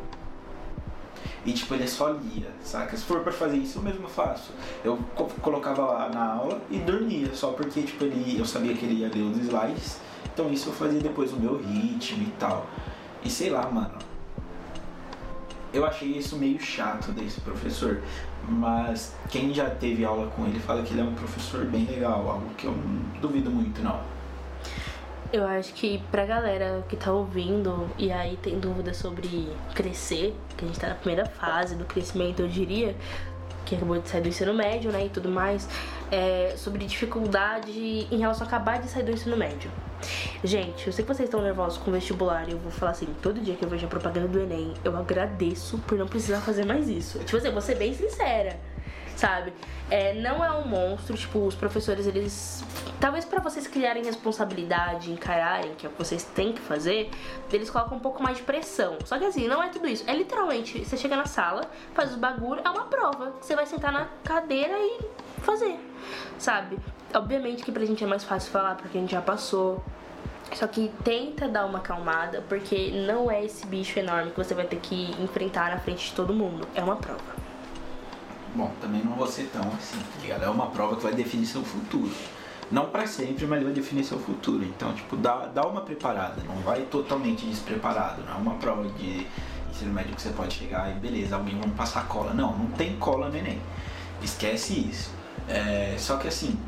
E tipo, ele só lia, saca? Se for pra fazer isso, eu mesmo faço. Eu co- colocava lá na aula e dormia, só porque tipo, ele, eu sabia que ele ia ler os slides. Então isso eu fazia depois no meu ritmo e tal. E sei lá, mano. eu achei isso meio chato desse professor, mas quem já teve aula com ele fala que ele é um professor bem legal, algo que eu não duvido muito, não. Eu acho que pra galera que tá ouvindo e aí tem dúvida sobre crescer, que a gente tá na primeira fase do crescimento, eu diria, que acabou de sair do ensino médio, né, e tudo mais, é, sobre dificuldade em relação a acabar de sair do ensino médio. Gente, eu sei que vocês estão nervosos com o vestibular e eu vou falar assim, todo dia que eu vejo a propaganda do Enem, eu agradeço por não precisar fazer mais isso. Tipo assim, eu vou ser bem sincera, sabe? É, não é um monstro, tipo, os professores, eles... Talvez pra vocês criarem responsabilidade, encararem que é o que vocês têm que fazer, eles colocam um pouco mais de pressão. Só que assim, não é tudo isso. É literalmente, você chega na sala, faz os bagulho, é uma prova. Você vai sentar na cadeira e fazer, sabe? Obviamente que pra gente é mais fácil falar, porque a gente já passou. Só que tenta dar uma acalmada, porque não é esse bicho enorme que você vai ter que enfrentar na frente de todo mundo. É uma prova. Bom, também não vou ser tão assim, tá ligado? É uma prova que vai definir seu futuro. Não pra sempre, mas vai definir seu futuro. Então, tipo, dá, dá uma preparada. Não vai totalmente despreparado. Não é uma prova de ensino médio que você pode chegar e beleza, alguém vai passar cola. Não, não tem cola no Enem. Esquece isso. É, só que assim,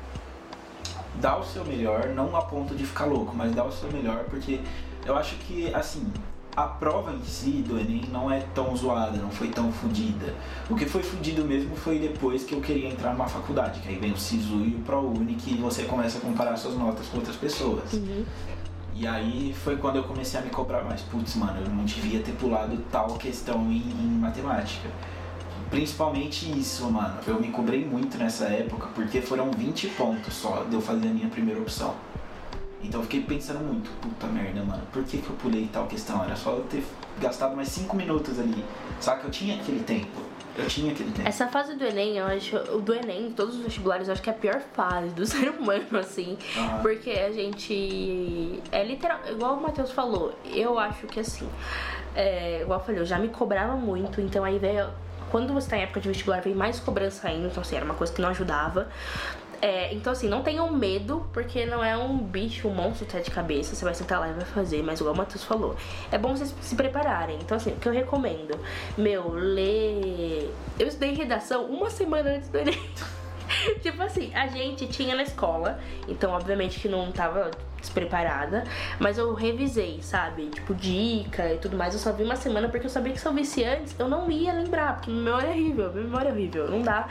dá o seu melhor, não a ponto de ficar louco, mas dá o seu melhor, porque eu acho que, assim, a prova em si do Enem não é tão zoada, não foi tão fodida. O que foi fodido mesmo foi depois que eu queria entrar numa faculdade, que aí vem o SISU e o ProUni, que você começa a comparar suas notas com outras pessoas. Uhum. E aí foi quando eu comecei a me cobrar mais. Putz, mano, eu não devia ter pulado tal questão em, em matemática. Principalmente isso, mano. Eu me cobrei muito nessa época, porque foram vinte pontos só de eu fazer a minha primeira opção. Então eu fiquei pensando muito, puta merda, mano, por que que eu pulei tal questão? Era só eu ter gastado mais cinco minutos ali. Só que eu tinha aquele tempo. Eu tinha aquele tempo. Essa fase do Enem, eu acho, o do Enem, todos os vestibulares, eu acho que é a pior fase do ser humano, assim. Uhum. Porque a gente... É literal, igual o Matheus falou, eu acho que assim, é, igual eu falei, eu já me cobrava muito, então aí veio... Quando você tá em época de vestibular, vem mais cobrança ainda, então assim, era uma coisa que não ajudava. É, então assim, não tenham medo, porque não é um bicho, um monstro de sete cabeças, você vai sentar lá e vai fazer, mas igual o Matheus falou, é bom vocês se prepararem. Então assim, o que eu recomendo, meu, ler... Eu estudei redação uma semana antes do Enem. Tipo assim, a gente tinha na escola, então obviamente que não tava despreparada, mas eu revisei, sabe? Tipo, dica e tudo mais. Eu só vi uma semana porque eu sabia que se eu visse antes, eu não ia lembrar, porque minha memória é horrível, minha memória é horrível, não dá.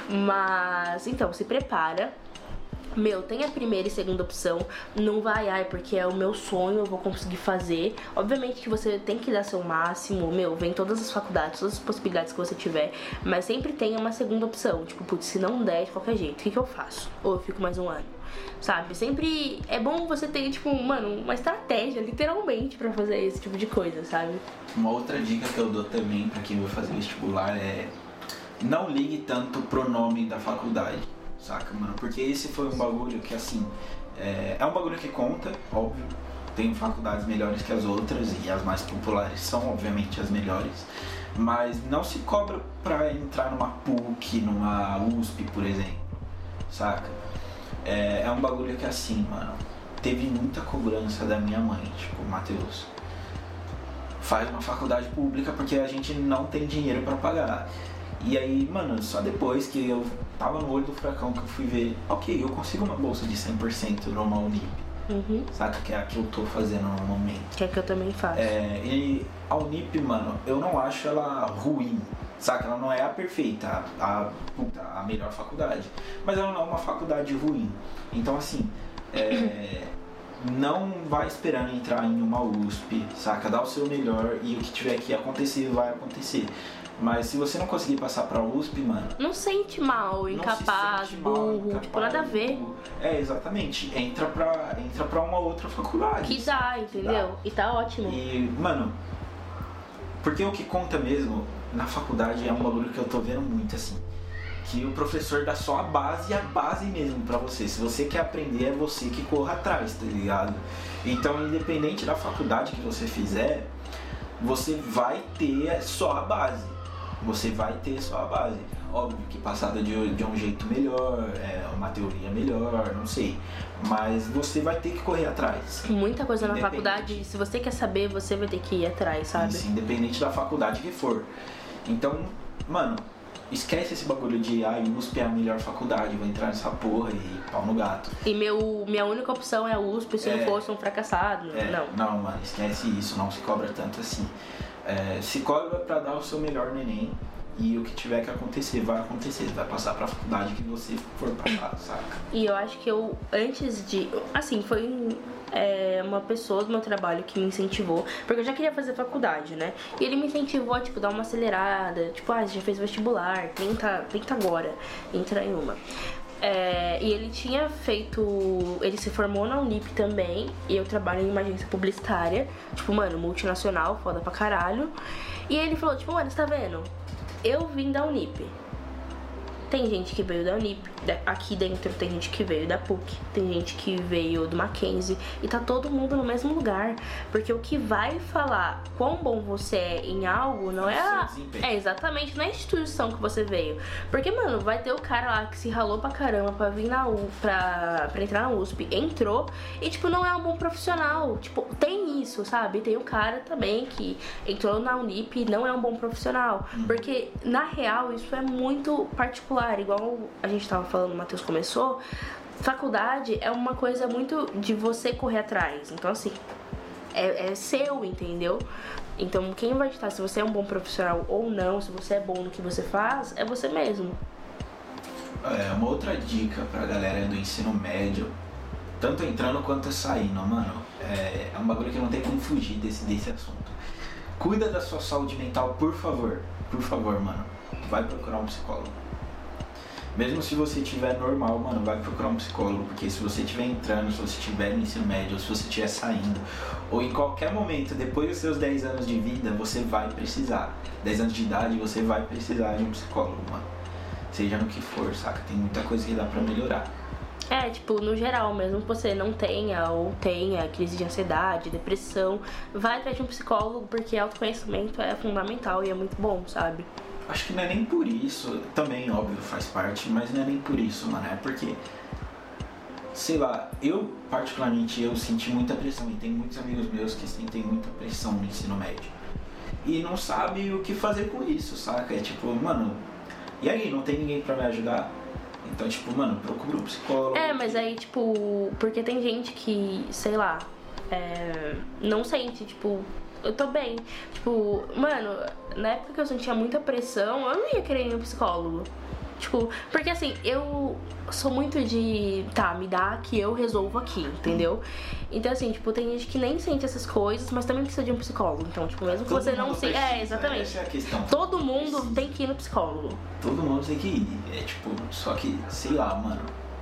Mas, então, se prepara. Meu, tem a primeira e segunda opção, não vai, ai, porque é o meu sonho, eu vou conseguir fazer. Obviamente que você tem que dar seu máximo, meu, vem todas as faculdades, todas as possibilidades que você tiver, mas sempre tem uma segunda opção, tipo, putz, se não der de qualquer jeito, o que que eu faço? Ou eu fico mais um ano, sabe? Sempre é bom você ter, tipo, mano, uma estratégia, literalmente, pra fazer esse tipo de coisa, sabe? Uma outra dica que eu dou também pra quem vai fazer vestibular é não ligue tanto pro nome da faculdade. Saca, mano? Porque esse foi um bagulho que, assim, é, é um bagulho que conta, óbvio. Tem faculdades melhores que as outras e as mais populares são, obviamente, as melhores. Mas não se cobra pra entrar numa P U C, numa U S P, por exemplo. Saca? É, é um bagulho que, assim, mano, teve muita cobrança da minha mãe, tipo, Matheus, faz uma faculdade pública porque a gente não tem dinheiro pra pagar. E aí, mano, só depois que eu tava no olho do furacão que eu fui ver, ok, eu consigo uma bolsa de cem por cento numa Unip, Uhum. saca? Que é a que eu tô fazendo no momento. Que é que eu também faço. É, e a Unip, mano, eu não acho ela ruim, saca? Ela não é a perfeita, a, a, puta, a melhor faculdade, mas ela não é uma faculdade ruim. Então, assim, é, não vai esperando entrar em uma U S P, saca? Dá o seu melhor e o que tiver que acontecer, vai acontecer. Mas se você não conseguir passar pra U S P, mano... Não sente mal, incapaz, se sente mal, burro, incapaz, tipo, nada a ver. burro. É, exatamente. Entra pra, entra pra uma outra faculdade. Que dá, entendeu? Dá. E tá ótimo. E, mano... Porque o que conta mesmo na faculdade é um bagulho que eu tô vendo muito, assim. Que o professor dá só a base e a base mesmo pra você. Se você quer aprender, é você que corra atrás, tá ligado? Então, independente da faculdade que você fizer, você vai ter só a base. você vai ter sua base. Óbvio que passada de, de um jeito melhor, é, uma teoria melhor, não sei. Mas você vai ter que correr atrás. Muita coisa na faculdade, se você quer saber, você vai ter que ir atrás, sabe? Isso, independente da faculdade que for. Então, mano, esquece esse bagulho de ah, U S P é a melhor faculdade, vou entrar nessa porra e pau no gato. E meu, minha única opção é a U S P se É. eu fosse um fracassado. É, Não. Não, mano, esquece isso, não se cobra tanto assim. É, se cobra pra dar o seu melhor no Enem e o que tiver que acontecer, vai acontecer. Vai passar pra faculdade que você for passar, saca? E eu acho que eu, antes de... Assim, foi é, uma pessoa do meu trabalho que me incentivou. Porque eu já queria fazer faculdade, né? E ele me incentivou a, tipo, dar uma acelerada. Tipo, ah, você já fez vestibular, tenta, tenta agora entrar em uma. É, e ele tinha feito... Ele se formou na Unip também. E eu trabalho em uma agência publicitária. Tipo, mano, multinacional, foda pra caralho. E ele falou, tipo, mano, você tá vendo? Eu vim da Unip. Tem gente que veio da Unip, aqui dentro tem gente que veio da P U C, tem gente que veio do Mackenzie, e tá todo mundo no mesmo lugar. Porque o que vai falar quão bom você é em algo não é a... É exatamente, não é a instituição que você veio. Porque, mano, vai ter o cara lá que se ralou pra caramba pra vir na U, pra, pra entrar na U S P, entrou e, tipo, não é um bom profissional. Tipo, tem isso, sabe? Tem o cara também que entrou na Unip e não é um bom profissional. Porque, na real, isso é muito particular. Igual a gente tava falando, o Matheus começou, faculdade é uma coisa muito de você correr atrás. Então, assim, é, é seu, entendeu? Então, quem vai ditar se você é um bom profissional ou não, se você é bom no que você faz, é você mesmo. É, uma outra dica pra galera do ensino médio, tanto entrando quanto saindo, mano, é, é um bagulho que não tem como fugir desse, desse assunto. Cuida da sua saúde mental, por favor. Por favor, mano. Vai procurar um psicólogo. Mesmo se você estiver normal, mano, vai procurar um psicólogo, porque se você estiver entrando, se você estiver no ensino médio, ou se você estiver saindo, ou em qualquer momento, depois dos seus dez anos de vida, você vai precisar. dez anos de idade, você vai precisar de um psicólogo, mano. Seja no que for, saca? Tem muita coisa que dá pra melhorar. É, tipo, no geral, mesmo que você não tenha ou tenha crise de ansiedade, depressão, vai atrás de um psicólogo, porque autoconhecimento é fundamental e é muito bom, sabe? Acho que não é nem por isso, também, óbvio, faz parte, mas não é nem por isso, mano, é porque, sei lá, eu, particularmente, eu senti muita pressão, e tem muitos amigos meus que sentem muita pressão no ensino médio, e não sabe o que fazer com isso, saca? É tipo, mano, e aí, não tem ninguém pra me ajudar? Então, tipo, mano, procura um psicólogo. É, mas aí, tipo, porque tem gente que, sei lá, é, não sente, tipo... Eu tô bem. Tipo, mano, na época que eu sentia muita pressão, eu não ia querer ir no psicólogo. Tipo, porque assim, eu sou muito de... Tá, me dá que eu resolvo aqui, entendeu? Então assim, tipo, tem gente que nem sente essas coisas, mas também precisa de um psicólogo. Então, tipo, mesmo que Todo você não mundo se... precisa, É, exatamente. essa é a questão. Todo mundo Precisa. tem que ir no psicólogo. Todo mundo tem que ir. É tipo, só que, sei lá, mano.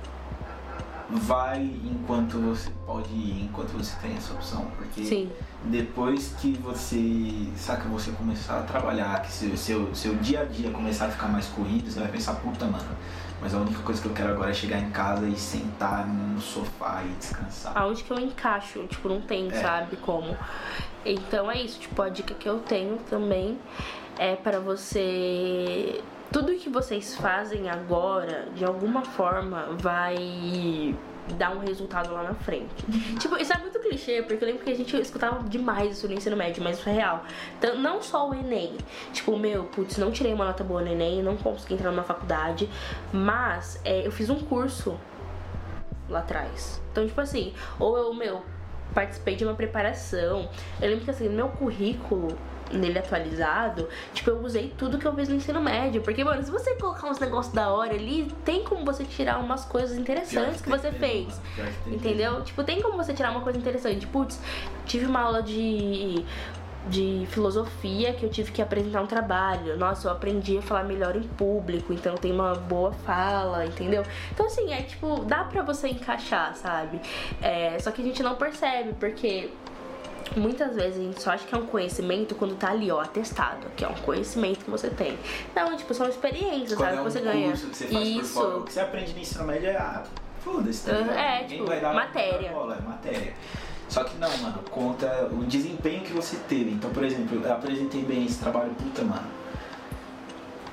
Vai enquanto você pode ir, enquanto você tem essa opção. Porque Sim. depois que você, saca, você começar a trabalhar, que seu, seu, seu dia a dia começar a ficar mais corrido, você vai pensar, puta, mano, mas a única coisa que eu quero agora é chegar em casa e sentar no sofá e descansar. Aonde que eu encaixo? Tipo, não tem, É. sabe como. Então é isso, tipo, a dica que eu tenho também é pra você... Tudo que vocês fazem agora, de alguma forma, vai dar um resultado lá na frente. Tipo, isso é muito clichê, porque eu lembro que a gente escutava demais isso no ensino médio, mas isso é real. Então, não só o Enem. Tipo, meu, putz, não tirei uma nota boa no Enem, não consegui entrar numa faculdade, mas é, eu fiz um curso lá atrás. Então, tipo assim, ou eu, meu, participei de uma preparação. Eu lembro que assim, no meu currículo, nele atualizado, tipo, eu usei tudo que eu fiz no ensino médio. Porque, mano, se você colocar uns negócios da hora ali, tem como você tirar umas coisas interessantes que, que você fez. Entendeu? Tipo, tem como você tirar uma coisa interessante. Putz, tive uma aula de... de filosofia que eu tive que apresentar um trabalho. Nossa, eu aprendi a falar melhor em público, então tem uma boa fala, entendeu? Então assim, é tipo, dá pra você encaixar, sabe? É, só que a gente não percebe, porque muitas vezes a gente só acha que é um conhecimento quando tá ali, ó, atestado, que é um conhecimento que você tem. Não, tipo, são experiências, Quando sabe, é um que você ganha. curso que você faz Isso. por fora, o que você aprende no ensino médio é, ah, foda-se, tá ligado? É, Ninguém tipo, vai dar matéria. bola, é matéria. Só que não, mano, conta o desempenho que você teve. Então, por exemplo, eu apresentei bem esse trabalho, puta, mano.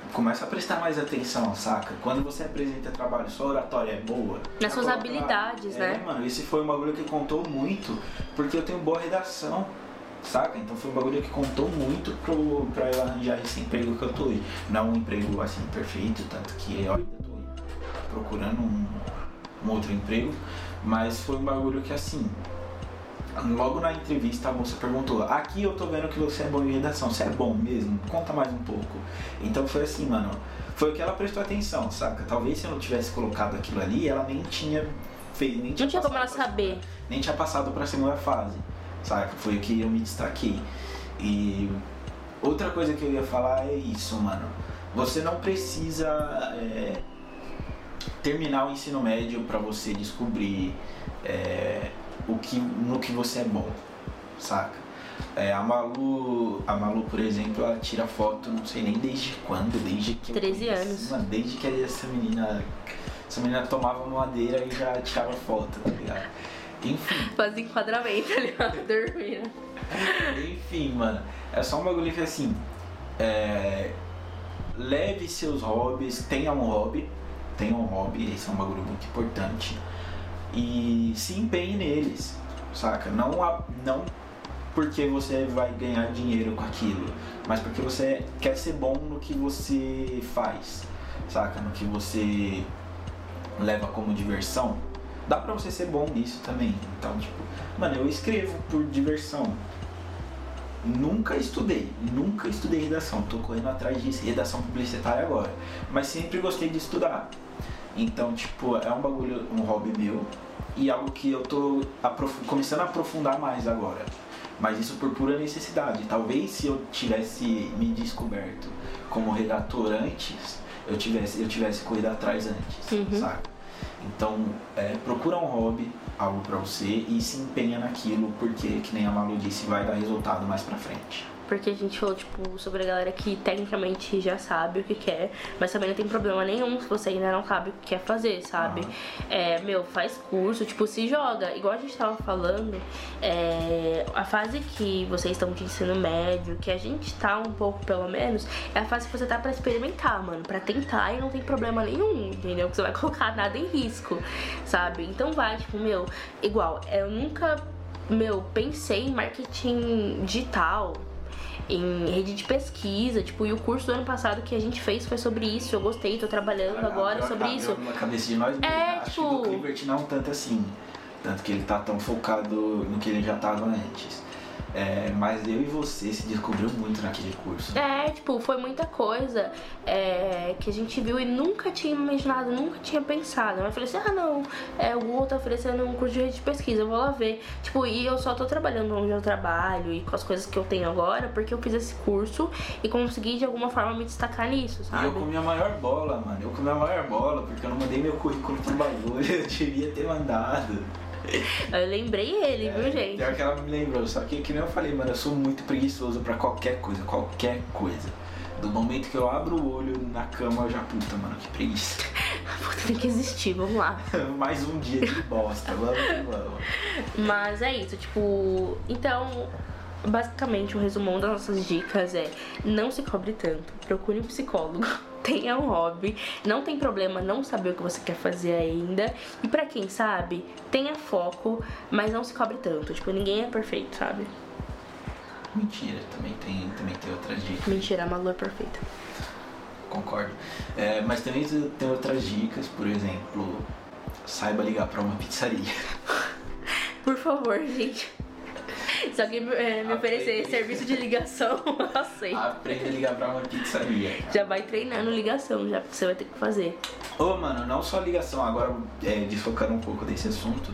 começa a prestar mais atenção, saca? Quando você apresenta trabalho, sua oratória é boa. Nas suas coloca- habilidades, é, né? mano, esse foi um bagulho que contou muito, porque eu tenho boa redação, saca? Então foi um bagulho que contou muito pro, pra eu arranjar esse emprego que eu tô hoje. Não um emprego, assim, perfeito, tanto que eu ainda tô procurando um, um outro emprego, mas foi um bagulho que, assim, logo na entrevista a moça perguntou: aqui eu tô vendo que você é bom em redação, você é bom mesmo? Conta mais um pouco. Então foi assim, mano, foi o que ela prestou atenção, saca? Talvez se eu não tivesse colocado aquilo ali, ela nem tinha feito, nem tinha, Não tinha como ela passado pra saber. segunda- nem tinha passado pra segunda fase, saca? Foi o que eu me destaquei. E outra coisa que eu ia falar é isso, mano. Você não precisa é, terminar o ensino médio pra você descobrir é, o que, no que você é bom, saca? É, a Malu, a Malu, por exemplo, ela tira foto, não sei nem desde quando, desde que eu treze conheci, anos. mano, desde que essa menina, essa menina tomava madeira e já tirava foto, tá ligado? Enfim, Fazia enquadramento ali, ó, dormindo. enfim, mano, é só um bagulho que assim, é, leve seus hobbies, tenha um hobby, tenha um hobby, esse é um bagulho muito importante, e se empenhe neles, saca? Não, a, não porque você vai ganhar dinheiro com aquilo, mas porque você quer ser bom no que você faz, saca? No que você leva como diversão. Dá pra você ser bom nisso também. Então, tipo, mano, eu escrevo por diversão. Nunca estudei, nunca estudei redação. Tô correndo atrás de redação publicitária agora. Mas sempre gostei de estudar. Então, tipo, é um bagulho, um hobby meu. E algo que eu tô aprof- começando a aprofundar mais agora. Mas isso por pura necessidade. Talvez se eu tivesse me descoberto como redator antes, eu tivesse, eu tivesse corrido atrás antes, Uhum. saca? Então, é, procura um hobby, algo pra você e se empenha naquilo, porque, que nem a Malu disse, vai dar resultado mais pra frente. Porque a gente falou, tipo, sobre a galera que tecnicamente já sabe o que quer, mas também não tem problema nenhum se você ainda não sabe o que quer fazer, sabe? É, meu, faz curso, tipo, se joga. Igual a gente tava falando, é, a fase que vocês estão de ensino médio, que a gente tá um pouco pelo menos, é a fase que você tá pra experimentar, mano, pra tentar e não tem problema nenhum, entendeu? Que você vai colocar nada em risco, sabe? Então vai, tipo, meu, igual, eu nunca, meu, pensei em marketing digital, em rede de pesquisa, tipo, e o curso do ano passado que a gente fez foi sobre isso, eu gostei, tô trabalhando agora sobre isso. Na cabeça de nós, É, acho tipo- que do Clivert não tanto assim, tanto que ele tá tão focado no que ele já tava antes. É, mas eu e você se descobriu muito naquele curso. É, tipo, foi muita coisa é, que a gente viu e nunca tinha imaginado, nunca tinha pensado. Eu falei assim, ah não, é, o Google tá oferecendo um curso de rede de pesquisa, eu vou lá ver. Tipo, e eu só tô trabalhando onde eu trabalho e com as coisas que eu tenho agora, porque eu fiz esse curso e consegui de alguma forma me destacar nisso, E sabe? eu comi a maior bola, mano. Eu comi a maior bola porque eu não mandei meu currículo pro bagulho. Eu devia ter mandado. Eu lembrei ele, viu, gente? Pior que ela me lembrou. Só que, que nem eu falei, mano, eu sou muito preguiçoso pra qualquer coisa, qualquer coisa. Do momento que eu abro o olho na cama, eu já, puta, mano, que preguiça. Puta, tem que existir, vamos lá. Mais um dia de bosta, vamos que vamos. Mas é isso, tipo, então, basicamente o resumão das nossas dicas é: não se cobre tanto, procure um psicólogo, tenha um hobby, não tem problema não saber o que você quer fazer ainda, e pra quem sabe, tenha foco, mas não se cobre tanto, tipo, ninguém é perfeito, sabe? Mentira, também tem, também tem outras dicas. Mentira, a Malu é perfeita. Concordo. É, mas também tem outras dicas, por exemplo, saiba ligar pra uma pizzaria. Por favor, gente. Se alguém é, me oferecer Aprende. serviço de ligação, eu aceito. Aprenda a ligar pra uma pizzaria. Já vai treinando ligação, já, porque você vai ter que fazer. Ô, mano, não só ligação, agora é, desfocando um pouco desse assunto.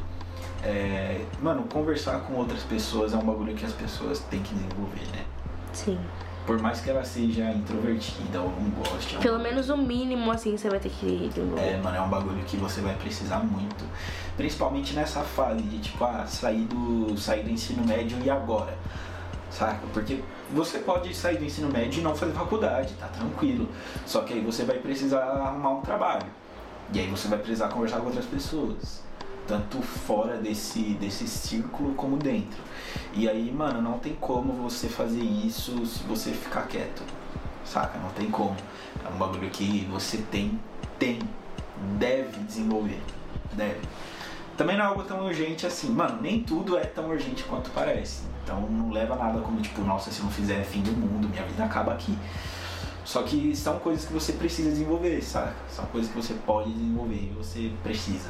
É, mano, conversar com outras pessoas é um bagulho que as pessoas têm que desenvolver, né? Sim. Por mais que ela seja introvertida ou não goste. É um Pelo bagulho- menos o mínimo, assim, você vai ter que desenvolver. É, mano, é um bagulho que você vai precisar muito. Principalmente nessa fase de, tipo, ah, sair do, sair do ensino médio e agora? Saca? Porque você pode sair do ensino médio e não fazer faculdade, tá tranquilo. Só que aí você vai precisar arrumar um trabalho. E aí você vai precisar conversar com outras pessoas. Tanto fora desse, desse círculo como dentro. E aí, mano, não tem como você fazer isso se você ficar quieto. saca? Não tem como. É um bagulho que você tem, tem, deve desenvolver, deve. Também não é algo tão urgente assim, mano, nem tudo é tão urgente quanto parece. Então não leva nada como tipo, nossa, se não fizer é fim do mundo, minha vida acaba aqui. Só que são coisas que você precisa desenvolver, saca? São coisas que você pode desenvolver e você precisa.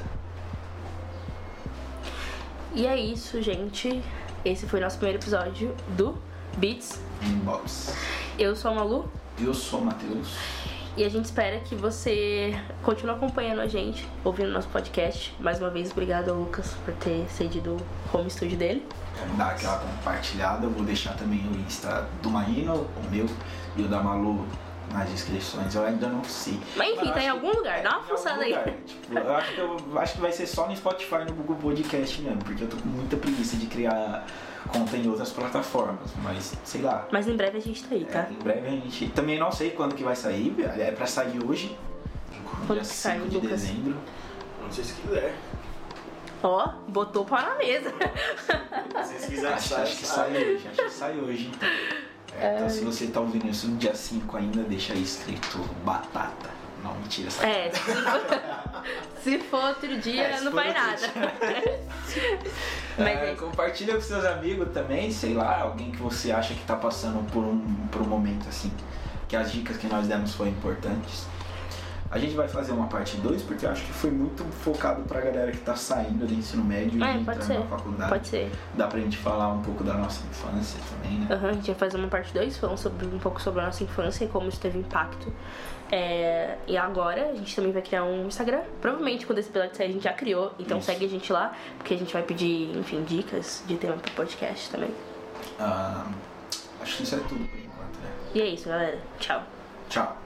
E é isso, gente. Esse foi o nosso primeiro episódio do Beats Inbox. Eu sou a Malu. Eu sou o Matheus. E a gente espera que você continue acompanhando a gente, ouvindo nosso podcast. Mais uma vez, obrigado ao Lucas por ter cedido o home studio dele. Vamos dar aquela compartilhada. Eu vou deixar também o Insta do Maíno, o meu, e o da Malu nas descrições. Eu ainda não sei. Mas enfim, Mas tá em algum lugar. Dá uma fuçada aí. Tipo, eu, acho que eu acho que vai ser só no Spotify e no Google Podcast mesmo, porque eu tô com muita preguiça de criar conta em outras plataformas, mas sei lá. Mas em breve a gente tá aí, tá? É, em breve a gente... Também não sei quando que vai sair, é pra sair hoje. Quando dia que sai, cinco de Lucas? dezembro. Não sei se quiser. Ó, botou o pau na mesa. Se vocês quiserem, Acho, sai, acho que sai. sai hoje, acho que sai hoje. Então, é, então se você tá ouvindo isso no dia cinco ainda, deixa aí escrito batata. Não, mentira, sai. É, se for, se for outro dia, É, se não for faz outro nada. Mas É, é isso. compartilha com seus amigos também, sei lá, alguém que você acha que tá passando por um, por um momento assim, que as dicas que nós demos foram importantes. A gente vai fazer uma parte dois porque eu acho que foi muito focado pra galera que tá saindo do ensino médio É, e pode entrando ser. na faculdade. Pode ser. Dá pra gente falar um pouco da nossa infância também, né? Aham, a gente vai fazer uma parte dois falando sobre, um pouco sobre a nossa infância e como isso teve impacto. É, e agora a gente também vai criar um Instagram. Provavelmente quando esse episódio sair a gente já criou. Então Isso. segue a gente lá, porque a gente vai pedir, enfim, dicas de tema pro podcast também. Ah, acho que isso é tudo por enquanto, né? E é isso, galera. Tchau. Tchau.